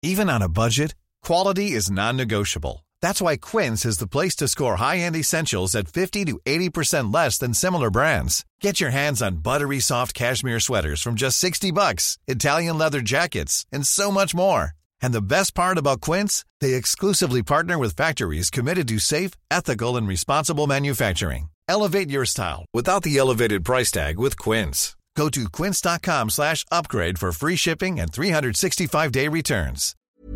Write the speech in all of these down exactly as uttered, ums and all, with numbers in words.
Even on a budget, quality is non-negotiable. That's why Quince is the place to score high-end essentials at fifty to eighty percent less than similar brands. Get your hands on buttery soft cashmere sweaters from just sixty bucks, Italian leather jackets, and so much more. And the best part about Quince, they exclusively partner with factories committed to safe, ethical, and responsible manufacturing. Elevate your style without the elevated price tag with Quince. Go to quince.com slash upgrade for free shipping and three sixty-five day returns.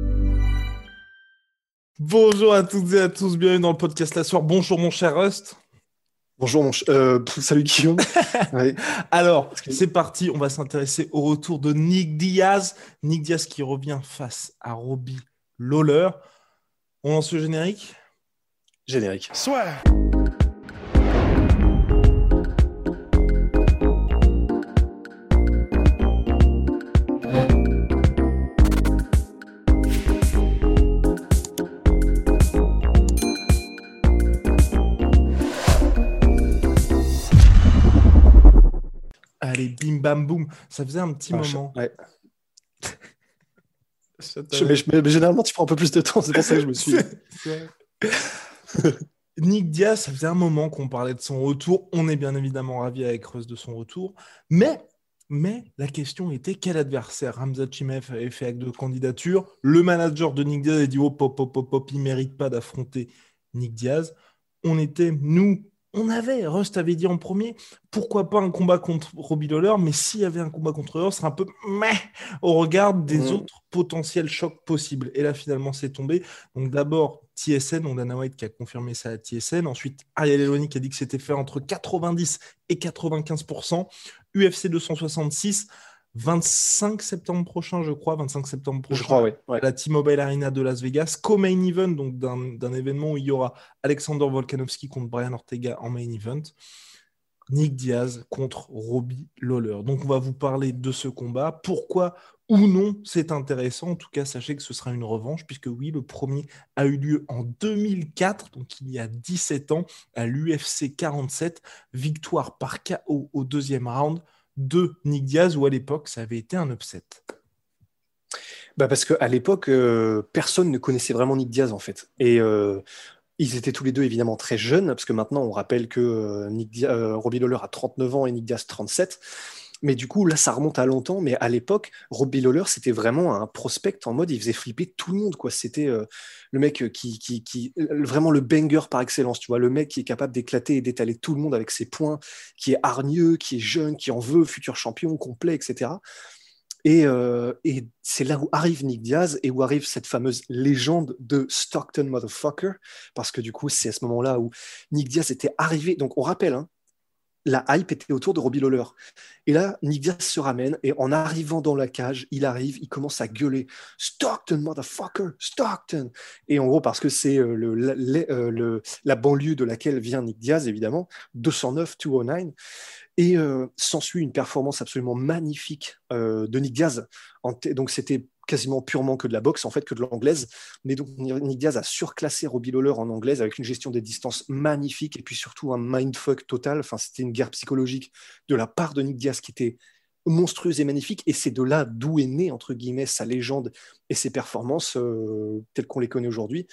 Bonjour à toutes et à tous, bienvenue dans le podcast La Soir. Bonjour mon cher Rust. Bonjour mon ch- euh, salut Guillaume. Ouais. Alors, c'est parti, on va s'intéresser au retour de Nick Diaz. Nick Diaz qui revient face à Robbie Lawler. On lance le générique ? Générique. Soit. Allez, bim bam boum, ça faisait un petit ah, moment. Je... Ouais. je, mais, mais, mais généralement, tu prends un peu plus de temps, c'est pour ça que je me suis. c'est, c'est Nick Diaz, ça faisait un moment qu'on parlait de son retour. On est bien évidemment ravis avec Rust de son retour. Mais, mais la question était quel adversaire ? Khamzat Chimaev avait fait acte de candidature. Le manager de Nick Diaz a dit oh, pop, pop, pop, pop, il ne mérite pas d'affronter Nick Diaz. On était, nous, on avait, Rust avait dit en premier, pourquoi pas un combat contre Robbie Lawler, mais s'il y avait un combat contre Lawler, ce serait un peu meh au regard des mmh. autres potentiels chocs possibles. Et là, finalement, c'est tombé. Donc d'abord, T S N, donc Dana White qui a confirmé ça à T S N. Ensuite, Ariel Helwani qui a dit que c'était fait entre quatre-vingt-dix et quatre-vingt-quinze pour cent. U F C deux cent soixante-six, vingt-cinq septembre prochain, je crois, vingt-cinq septembre prochain, je crois, oui. Ouais. À la T-Mobile Arena de Las Vegas, co-main event, donc d'un, d'un événement où il y aura Alexander Volkanovski contre Brian Ortega en main event, Nick Diaz contre Robbie Lawler. Donc on va vous parler de ce combat, pourquoi ou non c'est intéressant. En tout cas, sachez que ce sera une revanche, puisque oui, le premier a eu lieu en deux mille quatre, donc il y a dix-sept ans, à l'U F C quarante-sept, victoire par K O au deuxième round de Nick Diaz, où à l'époque, ça avait été un upset. Bah parce qu'à l'époque, euh, personne ne connaissait vraiment Nick Diaz, en fait. Et euh, ils étaient tous les deux, évidemment, très jeunes, parce que maintenant, on rappelle que euh, Nick Diaz, euh, Robbie Lawler a trente-neuf ans et Nick Diaz trente-sept. Mais du coup, là, ça remonte à longtemps. Mais à l'époque, Robbie Lawler, c'était vraiment un prospect en mode, il faisait flipper tout le monde, quoi. C'était euh, le mec qui, qui, qui, vraiment le banger par excellence, tu vois, le mec qui est capable d'éclater et d'étaler tout le monde avec ses points, qui est hargneux, qui est jeune, qui en veut, futur champion, complet, et cetera. Et, euh, et c'est là où arrive Nick Diaz et où arrive cette fameuse légende de Stockton Motherfucker, parce que du coup, c'est à ce moment-là où Nick Diaz était arrivé. Donc, on rappelle, hein, la hype était autour de Robbie Lawler. Et là, Nick Diaz se ramène et en arrivant dans la cage, il arrive, il commence à gueuler « Stockton, motherfucker, Stockton !» Et en gros, parce que c'est euh, le, le, euh, le, la banlieue de laquelle vient Nick Diaz, évidemment, deux cent neuf, deux cent neuf. Et euh, s'ensuit une performance absolument magnifique euh, de Nick Diaz. En t- donc, c'était quasiment purement que de la boxe, en fait, que de l'anglaise. Mais donc, Nick Diaz a surclassé Robbie Lawler en anglaise avec une gestion des distances magnifique et puis surtout un mindfuck total. Enfin, c'était une guerre psychologique de la part de Nick Diaz qui était monstrueuse et magnifique. Et c'est de là d'où est née, entre guillemets, sa légende et ses performances euh, telles qu'on les connaît aujourd'hui.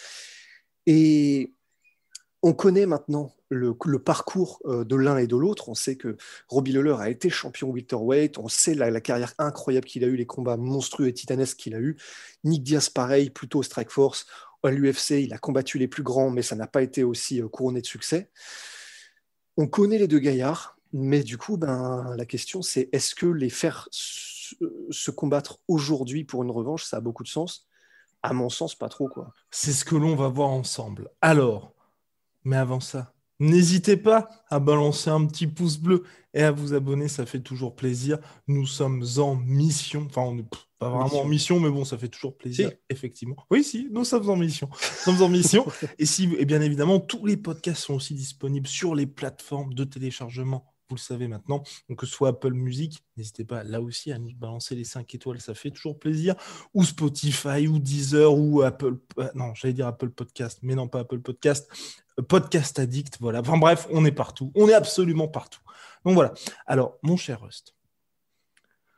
Et on connaît maintenant le, le parcours euh, de l'un et de l'autre. On sait que Robbie Lawler a été champion welterweight. On sait la, la carrière incroyable qu'il a eue, les combats monstrueux et titanesques qu'il a eus. Nick Diaz, pareil, plutôt au Strikeforce. À l'U F C, il a combattu les plus grands, mais ça n'a pas été aussi euh, couronné de succès. On connaît les deux gaillards, mais du coup, ben, la question, c'est est-ce que les faire se, se combattre aujourd'hui pour une revanche, ça a beaucoup de sens ? À mon sens, pas trop, quoi. C'est ce que l'on va voir ensemble. Alors, mais avant ça, n'hésitez pas à balancer un petit pouce bleu et à vous abonner, ça fait toujours plaisir. Nous sommes en mission, enfin on n'est pas vraiment mission. en mission, mais bon, ça fait toujours plaisir, si. Effectivement. Oui, si, nous sommes en mission. Nous sommes en mission. Et, si, et bien évidemment, tous les podcasts sont aussi disponibles sur les plateformes de téléchargement. Vous le savez maintenant, donc que ce soit Apple Music, n'hésitez pas là aussi à nous balancer les cinq étoiles, ça fait toujours plaisir, ou Spotify, ou Deezer, ou Apple, euh, non, j'allais dire Apple Podcast, mais non, pas Apple Podcast, euh, Podcast Addict, voilà, enfin bref, on est partout, on est absolument partout. Donc voilà, alors, mon cher Rust,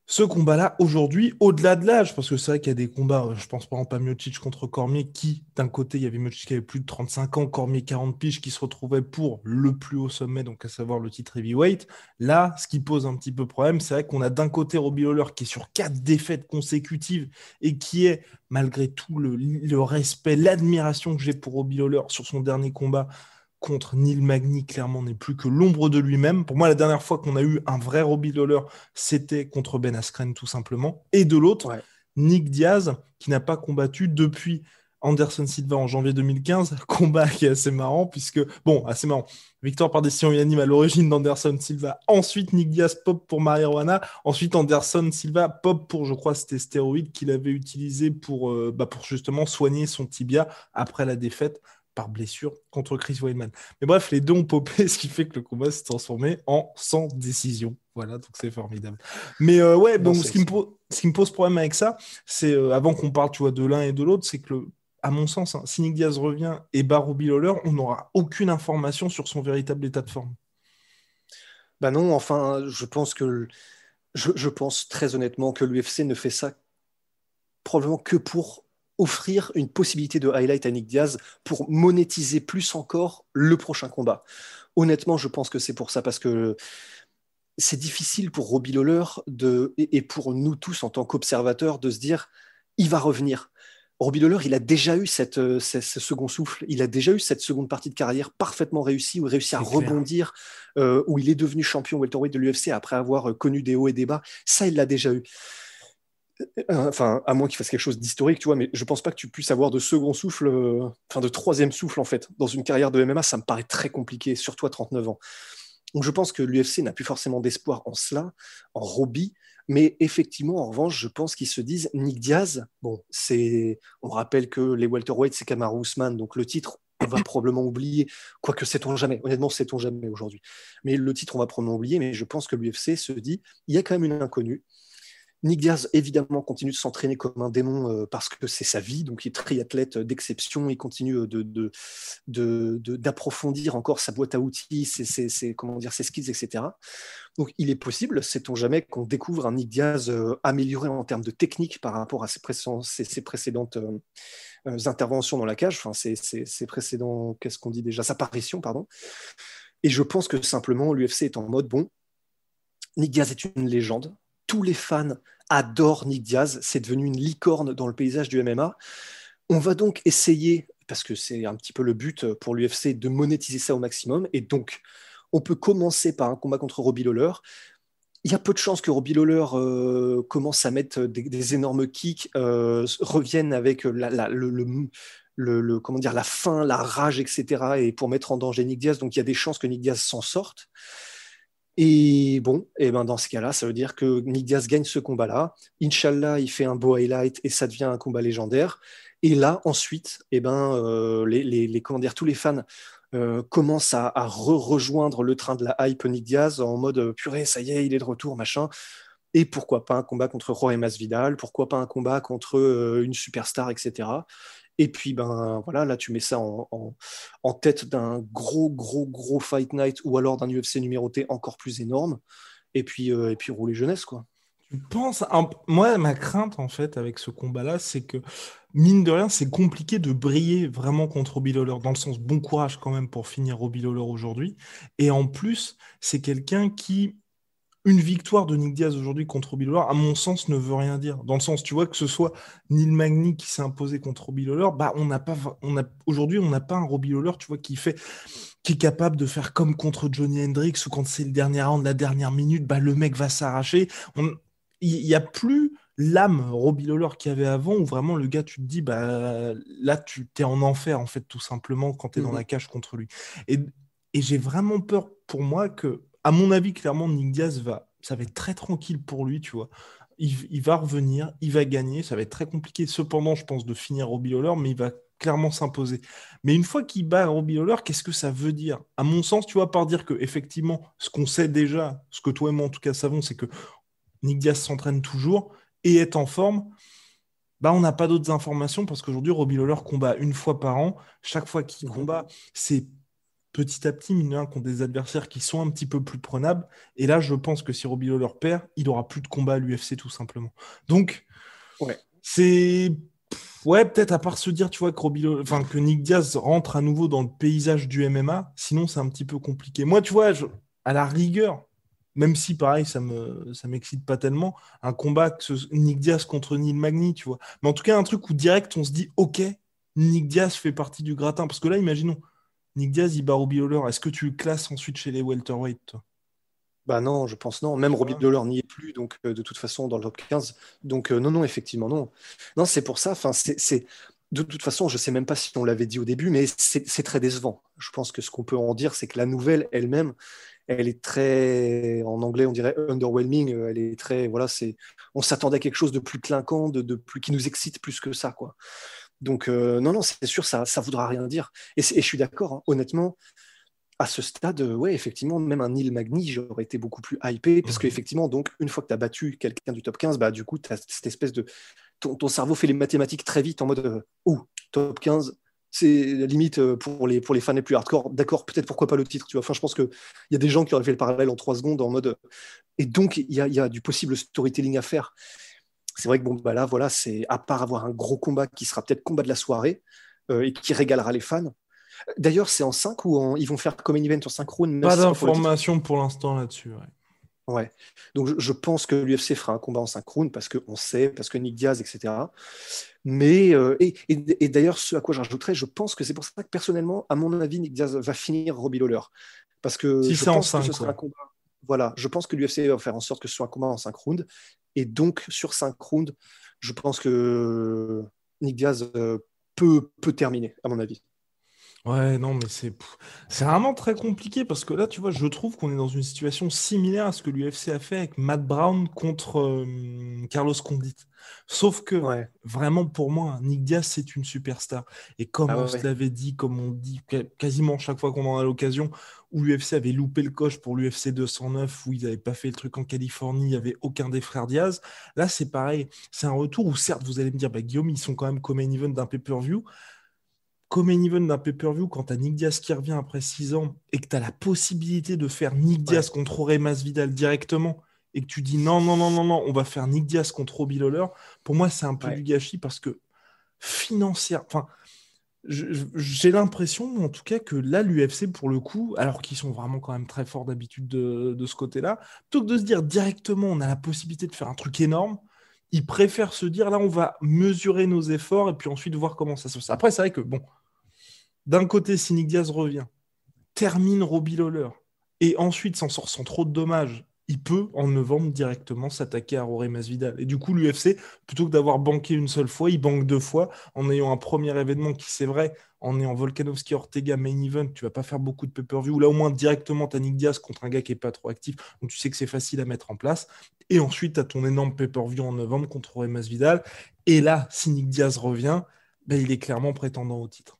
Ce combat-là, aujourd'hui, au-delà de l'âge, parce que c'est vrai qu'il y a des combats, euh, je pense par exemple à Miocic contre Cormier, qui, d'un côté, il y avait Miocic qui avait plus de trente-cinq ans, Cormier quarante piges, qui se retrouvait pour le plus haut sommet, donc à savoir le titre heavyweight. Là, ce qui pose un petit peu problème, c'est vrai qu'on a d'un côté Robbie Lawler qui est sur quatre défaites consécutives et qui est, malgré tout le, le respect, l'admiration que j'ai pour Robbie Lawler sur son dernier combat contre Neil Magny, clairement, n'est plus que l'ombre de lui-même. Pour moi, la dernière fois qu'on a eu un vrai Robbie Lawler, c'était contre Ben Askren, tout simplement. Et de l'autre, Ouais. Nick Diaz, qui n'a pas combattu depuis Anderson Silva en janvier deux mille quinze. Combat qui est assez marrant, puisque, bon, assez marrant. Victoire par décision unanime à l'origine d'Anderson Silva. Ensuite, Nick Diaz pop pour marijuana. Ensuite, Anderson Silva pop pour, je crois, c'était stéroïde qu'il avait utilisé pour, euh, bah, pour justement soigner son tibia après la défaite par blessure contre Chris Weidman. Mais bref, les deux ont popé, ce qui fait que le combat s'est transformé en sans décision. Voilà, donc c'est formidable. Mais euh, ouais, Non, bon, c'est ce qui, me excellent. po- ce qui me pose problème avec ça, c'est, euh, avant qu'on parle, tu vois, de l'un et de l'autre, c'est que, le- à mon sens, hein, si Nick Diaz revient et bat Robbie Lawler, on n'aura aucune information sur son véritable état de forme. Bah non, enfin, je pense que le- je, je pense très honnêtement que l'U F C ne fait ça probablement que pour offrir une possibilité de highlight à Nick Diaz pour monétiser plus encore le prochain combat. Honnêtement, je pense que c'est pour ça, parce que c'est difficile pour Robbie Lawler de, et, et pour nous tous en tant qu'observateurs de se dire il va revenir. Robbie Lawler, il a déjà eu cette, euh, ce, ce second souffle, il a déjà eu cette seconde partie de carrière parfaitement réussie, où il réussit à C'est clair. rebondir, euh, où il est devenu champion welterweight de l'U F C après avoir euh, connu des hauts et des bas. Ça, il l'a déjà eu. Euh, Enfin, à moins qu'il fasse quelque chose d'historique, tu vois, mais je pense pas que tu puisses avoir de second souffle, euh, enfin de troisième souffle en fait, dans une carrière de M M A, ça me paraît très compliqué, surtout à trente-neuf ans. Donc je pense que l'U F C n'a plus forcément d'espoir en cela, en Robbie, mais effectivement, en revanche, je pense qu'ils se disent Nick Diaz, bon, c'est, on rappelle que les welterweights, c'est Kamaru Usman, donc le titre, on va probablement oublier, quoique sait-on jamais, honnêtement, sait-on jamais aujourd'hui. Mais le titre, on va probablement oublier, mais je pense que l'U F C se dit, il y a quand même une inconnue. Nick Diaz, évidemment, continue de s'entraîner comme un démon euh, parce que c'est sa vie. Donc, il est triathlète d'exception. Il continue de, de, de, de, d'approfondir encore sa boîte à outils, ses, ses, ses, comment dire, ses skills, et cetera. Donc, il est possible, sait-on jamais, qu'on découvre un Nick Diaz euh, amélioré en termes de technique par rapport à ses, précédentes, ses, ses précédentes euh, euh, interventions dans la cage, enfin, ses, ses, ses précédents, qu'est-ce qu'on dit déjà, sa apparition, pardon. Et je pense que simplement, l'U F C est en mode, bon, Nick Diaz est une légende. Tous les fans adorent Nick Diaz. C'est devenu une licorne dans le paysage du M M A. On va donc essayer, parce que c'est un petit peu le but pour l'U F C, de monétiser ça au maximum. Et donc, on peut commencer par un combat contre Robbie Lawler. Il y a peu de chances que Robbie Lawler euh, commence à mettre des, des énormes kicks, euh, revienne avec la, la, le, le, le, le, comment dire, la faim, la rage, et cetera. Et pour mettre en danger Nick Diaz. Donc, il y a des chances que Nick Diaz s'en sorte. Et bon, et ben dans ce cas-là, ça veut dire que Nick Diaz gagne ce combat-là. Inch'Allah, il fait un beau highlight et ça devient un combat légendaire. Et là, ensuite, et ben, euh, les, les, les, comment dire, tous les fans euh, commencent à, à re-rejoindre le train de la hype Nick Diaz en mode euh, purée, ça y est, il est de retour, machin. Et pourquoi pas un combat contre Jorge Masvidal, pourquoi pas un combat contre euh, une superstar, et cetera. Et puis, ben voilà, là, tu mets ça en, en, en tête d'un gros, gros, gros Fight Night ou alors d'un U F C numéroté encore plus énorme. Et puis, euh, et puis rouler jeunesse, quoi. Tu penses, un- moi, ma crainte, en fait, avec ce combat-là, c'est que, mine de rien, c'est compliqué de briller vraiment contre Robbie Lawler, dans le sens bon courage quand même pour finir Robbie Lawler aujourd'hui. Et en plus, c'est quelqu'un qui, une victoire de Nick Diaz aujourd'hui contre Robbie Lawler, à mon sens, ne veut rien dire. Dans le sens, tu vois, que ce soit Neil Magny qui s'est imposé contre Robbie Lawler, bah, on n'a pas, on a, aujourd'hui, on n'a pas un Robbie Lawler, tu vois, qui fait, qui est capable de faire comme contre Johnny Hendricks, ou quand c'est le dernier round, la dernière minute, bah, le mec va s'arracher. On, il n'y a plus l'âme Robbie Lawler qu'il y avait avant, où vraiment le gars, tu te dis, bah, là, tu t'es en enfer, en fait, tout simplement, quand tu es dans Mm-hmm. la cage contre lui. Et, et j'ai vraiment peur pour moi que, à mon avis, clairement, Nick Diaz va, ça va être très tranquille pour lui, tu vois. Il, il va revenir, il va gagner, ça va être très compliqué, cependant, je pense, de finir Robbie Lawler, mais il va clairement s'imposer. Mais une fois qu'il bat Robbie Lawler, qu'est-ce que ça veut dire? À mon sens, tu vois, par dire que, effectivement, ce qu'on sait déjà, ce que toi et moi, en tout cas, savons, c'est que Nick Diaz s'entraîne toujours et est en forme. Bah, on n'a pas d'autres informations parce qu'aujourd'hui, Robbie Lawler combat une fois par an. Chaque fois qu'il Mm-hmm. combat, c'est petit à petit, mine de rien, contre des adversaires qui sont un petit peu plus prenables. Et là, je pense que si Robbie Lawler perd, il aura plus de combat à l'U F C, tout simplement. Donc, Ouais. c'est... Ouais, peut-être à part se dire, tu vois, que, Robbie Lawler- enfin, que Nick Diaz rentre à nouveau dans le paysage du M M A, sinon c'est un petit peu compliqué. Moi, tu vois, je- à la rigueur, même si pareil, ça me, ça m'excite pas tellement, un combat que ce- Nick Diaz contre Neil Magny, tu vois. Mais en tout cas, un truc où direct, on se dit, ok, Nick Diaz fait partie du gratin. Parce que là, imaginons, Nick Diaz, il bat Robbie Lawler. Est-ce que tu le classes ensuite chez les welterweight, toi? Bah non, je pense non. Même Tu Robbie vois. Lawler n'y est plus, donc euh, de toute façon dans le top quinze. Donc euh, non, non, effectivement, non. Non, c'est pour ça. Enfin, c'est, c'est- de toute façon, je sais même pas si on l'avait dit au début, mais c'est c'est très décevant. Je pense que ce qu'on peut en dire, c'est que la nouvelle elle-même, elle est très, en anglais, on dirait underwhelming. euh, Elle est très, voilà, c'est, on s'attendait à quelque chose de plus clinquant, de, de plus qui nous excite plus que ça, quoi. Donc euh, non, non, c'est sûr, ça, ça voudra rien dire. Et, c'est- et je suis d'accord, hein, honnêtement. À ce stade, euh, ouais, effectivement, même un Neil Magny, j'aurais été beaucoup plus hypé, parce Mhm. qu'effectivement, donc, une fois que tu as battu quelqu'un du top quinze, bah, du coup, tu as cette espèce de. Ton, ton cerveau fait les mathématiques très vite en mode euh, ouh, top quinze, c'est la limite euh, pour les, pour les fans les plus hardcore. D'accord, peut-être pourquoi pas le titre, tu vois. Enfin, je pense qu'il y a des gens qui auraient fait le parallèle en trois secondes en mode. euh, Et donc, il y a, il y a du possible storytelling à faire. C'est vrai que bon, bah là, voilà, c'est à part avoir un gros combat qui sera peut-être combat de la soirée euh, et qui régalera les fans. D'ailleurs, c'est en cinq ou en... ils vont faire comme un event en synchrone, même Pas si c'est pas pour le titre. d'informations pour l'instant là-dessus. Ouais. Ouais. Donc je, je pense que l'U F C fera un combat en synchrone parce qu'on sait, parce que Nick Diaz, et cetera. Mais euh, et, et- et d'ailleurs, ce à quoi je rajouterais, je pense que c'est pour ça que personnellement, à mon avis, Nick Diaz va finir Robbie Lawler. Parce que Si je c'est en pense que ce cinq, sera un ouais. combat. Voilà, je pense que l'U F C va faire en sorte que ce soit un combat en cinq rounds. Et donc, sur cinq rounds, je pense que Nick Diaz euh, peut, peut terminer, à mon avis. Ouais, non, mais c'est pff, c'est vraiment très compliqué parce que là, tu vois, je trouve qu'on est dans une situation similaire à ce que l'U F C a fait avec Matt Brown contre euh, Carlos Condit. Sauf que, Ouais. vraiment, pour moi, Nick Diaz, c'est une superstar. Et comme Ah on ouais, se ouais. l'avait dit, comme on dit qua- quasiment chaque fois qu'on en a l'occasion, où l'U F C avait loupé le coche pour l'U F C deux cent neuf, où ils n'avaient pas fait le truc en Californie, il n'y avait aucun des frères Diaz. Là, c'est pareil. C'est un retour où, certes, vous allez me dire, bah, Guillaume, ils sont quand même comme main event d'un pay-per-view comme main event d'un pay-per-view, quand t'as Nick Diaz qui revient après six ans et que t'as la possibilité de faire Nick Ouais. Diaz contre Jorge Masvidal directement et que tu dis non, non, non, non, non, on va faire Nick Diaz contre Robbie Lawler, pour moi, c'est un peu du Ouais. gâchis parce que financière, enfin, je- je- j'ai l'impression, en tout cas, que là, l'U F C, pour le coup, alors qu'ils sont vraiment quand même très forts d'habitude de, de ce côté-là, plutôt que de se dire directement, on a la possibilité de faire un truc énorme, ils préfèrent se dire, là, on va mesurer nos efforts et puis ensuite voir comment ça se passe. Après, c'est vrai que, bon, d'un côté, si Nick Diaz revient, termine Robbie Lawler, et ensuite s'en sort sans trop de dommages, il peut, en novembre, directement s'attaquer à Jorge Masvidal. Et du coup, l'U F C, plutôt que d'avoir banqué une seule fois, il banque deux fois, en ayant un premier événement qui, c'est vrai, en ayant Volkanovski Ortega main event, tu vas pas faire beaucoup de pay-per-view. Là, au moins, directement, tu as Nick Diaz contre un gars qui est pas trop actif, donc tu sais que c'est facile à mettre en place. Et ensuite, tu as ton énorme pay-per-view en novembre contre Jorge Masvidal. Et là, si Nick Diaz revient, ben, il est clairement prétendant au titre.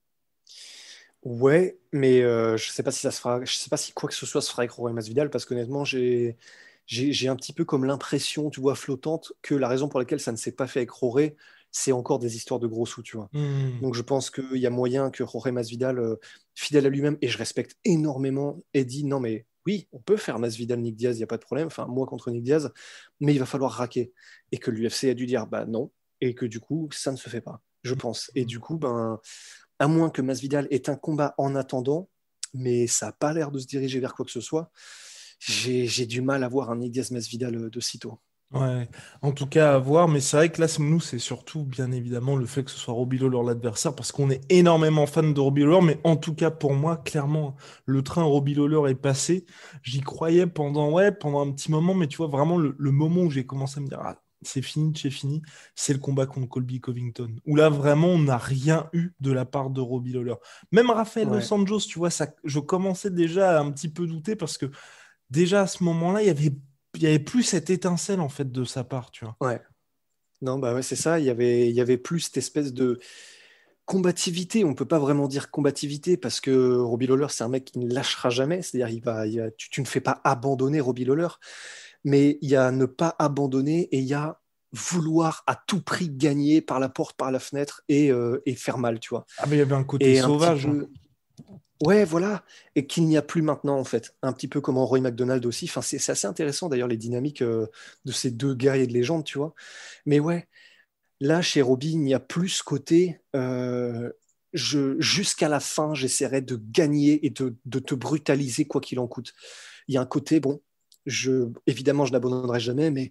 Ouais, mais euh, je sais pas si ça se fera, je sais pas si quoi que ce soit se fera avec Jorge Masvidal parce qu'honnêtement, j'ai, j'ai, j'ai un petit peu comme l'impression, tu vois, flottante, que la raison pour laquelle ça ne s'est pas fait avec Jorge, c'est encore des histoires de gros sous, tu vois. Hmm. Donc je pense qu'il y a moyen que Jorge Masvidal, euh, fidèle à lui-même, et je respecte énormément, ait dit non mais oui, on peut faire Masvidal Nick Diaz, il n'y a pas de problème, enfin moi contre Nick Diaz, mais il va falloir raquer. Et que l'U F C a dû dire bah non, et que du coup ça ne se fait pas, je pense. Et du coup, ben à moins que Masvidal ait un combat en attendant, mais ça n'a pas l'air de se diriger vers quoi que ce soit. J'ai j'ai du mal à voir un Nick Diaz Masvidal euh, de sitôt. Ouais, en tout cas à voir, mais c'est vrai que là, c'est- nous, c'est surtout bien évidemment le fait que ce soit Robbie Lawler l'adversaire, parce qu'on est énormément fan de Robbie Lawler, mais en tout cas pour moi, clairement, le train Robbie Lawler est passé. J'y croyais pendant, ouais, pendant un petit moment, mais tu vois, vraiment, le, le moment où j'ai commencé à me dire, ah, c'est fini, c'est fini, c'est le combat contre Colby Covington, où là, vraiment, on n'a rien eu de la part de Robbie Lawler. Même Rafael Ouais, Dos Anjos, tu vois, ça, je commençais déjà à un petit peu douter, parce que déjà à ce moment-là, il y avait, il y avait plus cette étincelle en fait de sa part, tu vois. ouais. Non, bah ouais, c'est ça. Il y avait, il y avait plus cette espèce de combativité. On peut pas vraiment dire combativité parce que Robbie Lawler, c'est un mec qui ne lâchera jamais. C'est-à-dire, il va, il va- tu, tu ne fais pas abandonner Robbie Lawler, mais il y a ne pas abandonner et il y a vouloir à tout prix gagner par la porte, par la fenêtre et, euh, et faire mal, tu vois. Ah mais il y avait un côté Et un petit sauvage. peu. Ouais, voilà, et qu'il n'y a plus maintenant, en fait. Un petit peu comme en Roy McDonald aussi. Enfin, c'est c'est assez intéressant, d'ailleurs, les dynamiques euh, de ces deux guerriers de légende, tu vois. Mais ouais, là, chez Robbie, il n'y a plus ce côté. euh, je, jusqu'à la fin, j'essaierai de gagner et de, de te brutaliser quoi qu'il en coûte. Il y a un côté, bon, je, évidemment, je n'abandonnerai jamais, mais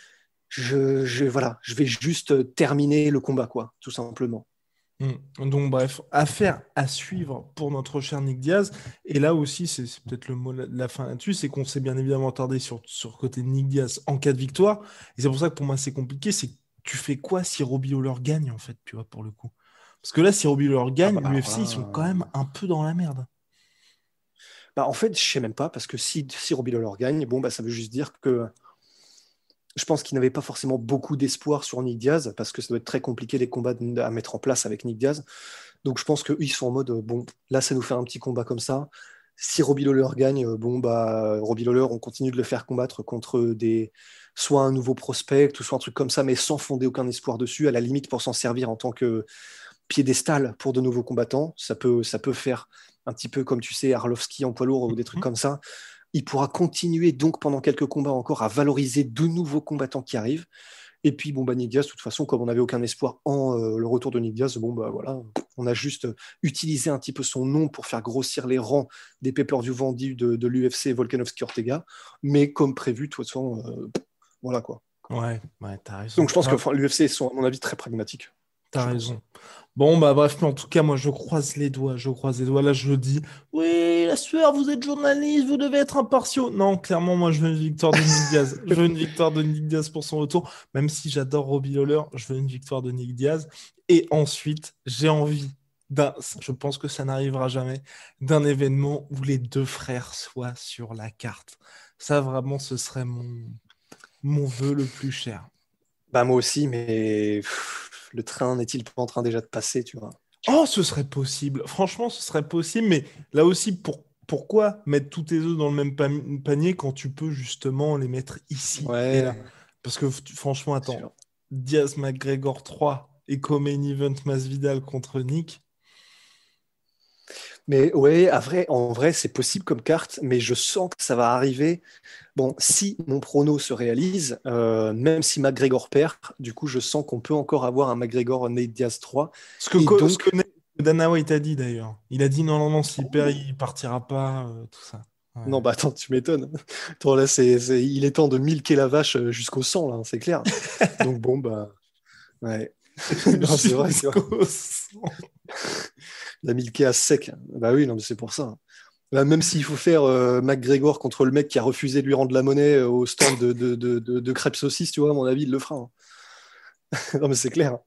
je, je, voilà, je vais juste terminer le combat, quoi, tout simplement. Mm. Donc bref, affaire à suivre pour notre cher Nick Diaz. Et là aussi, c'est c'est peut-être le mot de la fin là-dessus, c'est qu'on s'est bien évidemment attardé sur, sur le côté de Nick Diaz en cas de victoire. Et c'est pour ça que pour moi c'est compliqué, c'est que tu fais quoi si Robbie Lawler gagne en fait, tu vois, pour le coup. Parce que là, si Robbie Lawler Ah gagne, bah, alors l'U F C, ils sont quand là, même un peu dans la merde. bah, en fait, je sais même pas, parce que si, si Robbie Lawler gagne, bon, bah, ça veut juste dire que je pense qu'il n'avait pas forcément beaucoup d'espoir sur Nick Diaz, parce que ça doit être très compliqué les combats à mettre en place avec Nick Diaz. Donc je pense qu'ils sont en mode, euh, bon, là, ça nous fait un petit combat comme ça. Si Robbie Lawler gagne, euh, bon, bah, Robbie Lawler, on continue de le faire combattre contre des, soit un nouveau prospect, ou soit un truc comme ça, mais sans fonder aucun espoir dessus, à la limite pour s'en servir en tant que piédestal pour de nouveaux combattants. Ça peut, ça peut faire un petit peu comme tu sais, Arlovski en poids lourd ou des trucs Mhm. comme ça. Il pourra continuer donc pendant quelques combats encore à valoriser de nouveaux combattants qui arrivent. Et puis, bon, bah, Nick Diaz, de toute façon, comme on n'avait aucun espoir en euh, le retour de Nick Diaz, bon, bah voilà, on a juste utilisé un petit peu son nom pour faire grossir les rangs des pay-per-view vendus de, de l'U F C Volkanovski Ortega. Mais comme prévu, de toute façon, euh, voilà quoi. Ouais, ouais, t'as raison. Donc je pense que Ah, enfin, l'U F C sont, à mon avis, très pragmatiques. t'as Je pense. raison. Bon, bah bref, mais en tout cas, moi, je croise les doigts, je croise les doigts. Là, je le dis. Oui, la sueur, vous êtes journaliste, vous devez être impartiaux. Non, clairement, moi, je veux une victoire de Nick Diaz. Je veux une victoire de Nick Diaz pour son retour. Même si j'adore Robbie Lawler, je veux une victoire de Nick Diaz. Et ensuite, j'ai envie d'un, je pense que ça n'arrivera jamais, d'un événement où les deux frères soient sur la carte. Ça, vraiment, ce serait mon, mon vœu le plus cher. Bah moi aussi, mais pff, le train n'est-il pas en train déjà de passer, tu vois? Oh, ce serait possible. Franchement, ce serait possible, mais là aussi, pour, pourquoi mettre tous tes œufs dans le même pa- panier quand tu peux justement les mettre ici et là? Ouais, Parce que f- franchement, c'est attends, sûr. Diaz McGregor trois et co-main event Masvidal contre Nick. Mais ouais, à vrai, en vrai, c'est possible comme carte, mais je sens que ça va arriver. Bon, si mon prono se réalise, euh, même si McGregor perd, du coup, je sens qu'on peut encore avoir un McGregor Nate Diaz trois. Ce que, Et co- ce que donc, Na- Dana White a dit d'ailleurs. Il a dit non, non, non, s'il perd, il partira pas, euh, tout ça. non, Ouais. bah attends, tu m'étonnes. Attends, là, c'est, c'est- il est temps de milquer la vache euh, jusqu'au sang, là, hein, c'est clair. Donc bon, bah, ouais. Non, c'est vrai, c'est vrai. Jusqu'au sang. La milquer à sec. Bah oui, non, mais c'est pour ça. Bah, même s'il faut faire euh, McGregor contre le mec qui a refusé de lui rendre la monnaie euh, au stand de, de, de, de, de crêpes saucisses, tu vois, à mon avis, il le fera. Hein. Non, mais c'est clair.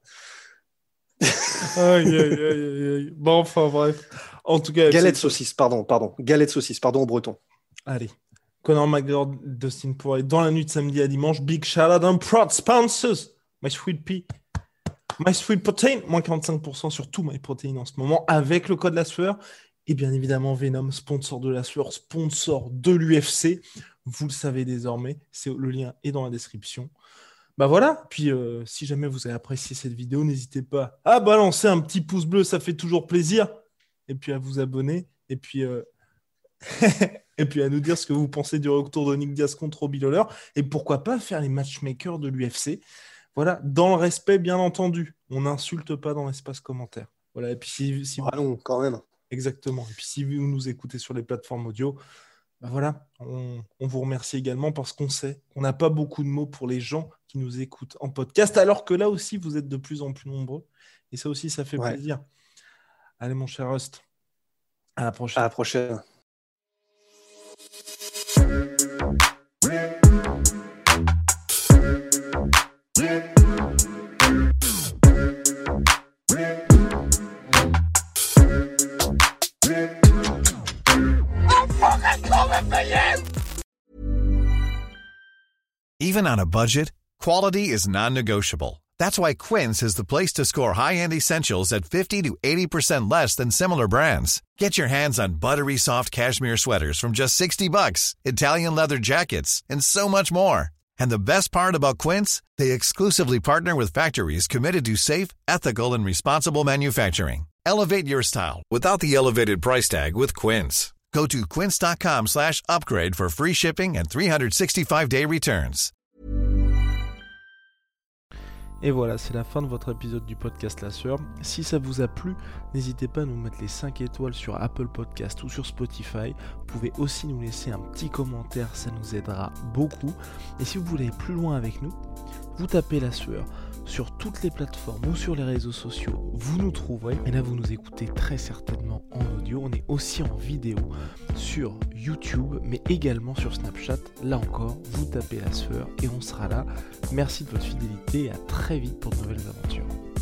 Aïe, aïe, aïe, aïe, aïe. Bon, enfin, bref. En tout cas, Galette c'est- saucisse, pardon, pardon. Galette saucisse, pardon, au breton. allez. Conor McGregor, Dustin Poirier, dans la nuit de samedi à dimanche. Big shout out and proud sponsors. My Sweet Pea. My Sweet Protein. Moins quarante-cinq pour cent sur tout My Protein en ce moment avec le code La Sueur. Et bien évidemment, Venom, sponsor de La Sueur, sponsor de l'U F C. Vous le savez désormais. C'est, le lien est dans la description. Bah voilà, puis euh, si jamais vous avez apprécié cette vidéo, n'hésitez pas à balancer un petit pouce bleu, ça fait toujours plaisir. Et puis à vous abonner. Et puis, euh... et puis à nous dire ce que vous pensez du retour de Nick Diaz contre Robbie Lawler. Et pourquoi pas faire les matchmakers de l'U F C. Voilà, dans le respect, bien entendu. On n'insulte pas dans l'espace commentaire. Voilà, et puis si, si vous... Ah non, quand même. Exactement. Et puis si vous nous écoutez sur les plateformes audio, ben voilà, on, on vous remercie également parce qu'on sait qu'on n'a pas beaucoup de mots pour les gens qui nous écoutent en podcast, alors que là aussi, vous êtes de plus en plus nombreux. Et ça aussi, ça fait Ouais. plaisir. Allez, mon cher Rust, à la À prochaine. la prochaine. Even on a budget, quality is non-negotiable. That's why Quince is the place to score high-end essentials at fifty to eighty percent less than similar brands. Get your hands on buttery soft cashmere sweaters from just sixty bucks, Italian leather jackets, and so much more. And the best part about Quince, they exclusively partner with factories committed to safe, ethical, and responsible manufacturing. Elevate your style without the elevated price tag with Quince. Go to quince.com slash upgrade for free shipping and three sixty-five day returns. Et voilà, c'est la fin de votre épisode du podcast La Sueur. Si ça vous a plu, n'hésitez pas à nous mettre les cinq étoiles sur Apple Podcast ou sur Spotify. Vous pouvez aussi nous laisser un petit commentaire, ça nous aidera beaucoup. Et si vous voulez aller plus loin avec nous, vous tapez La Sueur sur toutes les plateformes ou sur les réseaux sociaux, vous nous trouverez. Et là, vous nous écoutez très certainement en audio. On est aussi en vidéo sur YouTube, mais également sur Snapchat. Là encore, vous tapez La Sueur et on sera là. Merci de votre fidélité et à très vite pour de nouvelles aventures.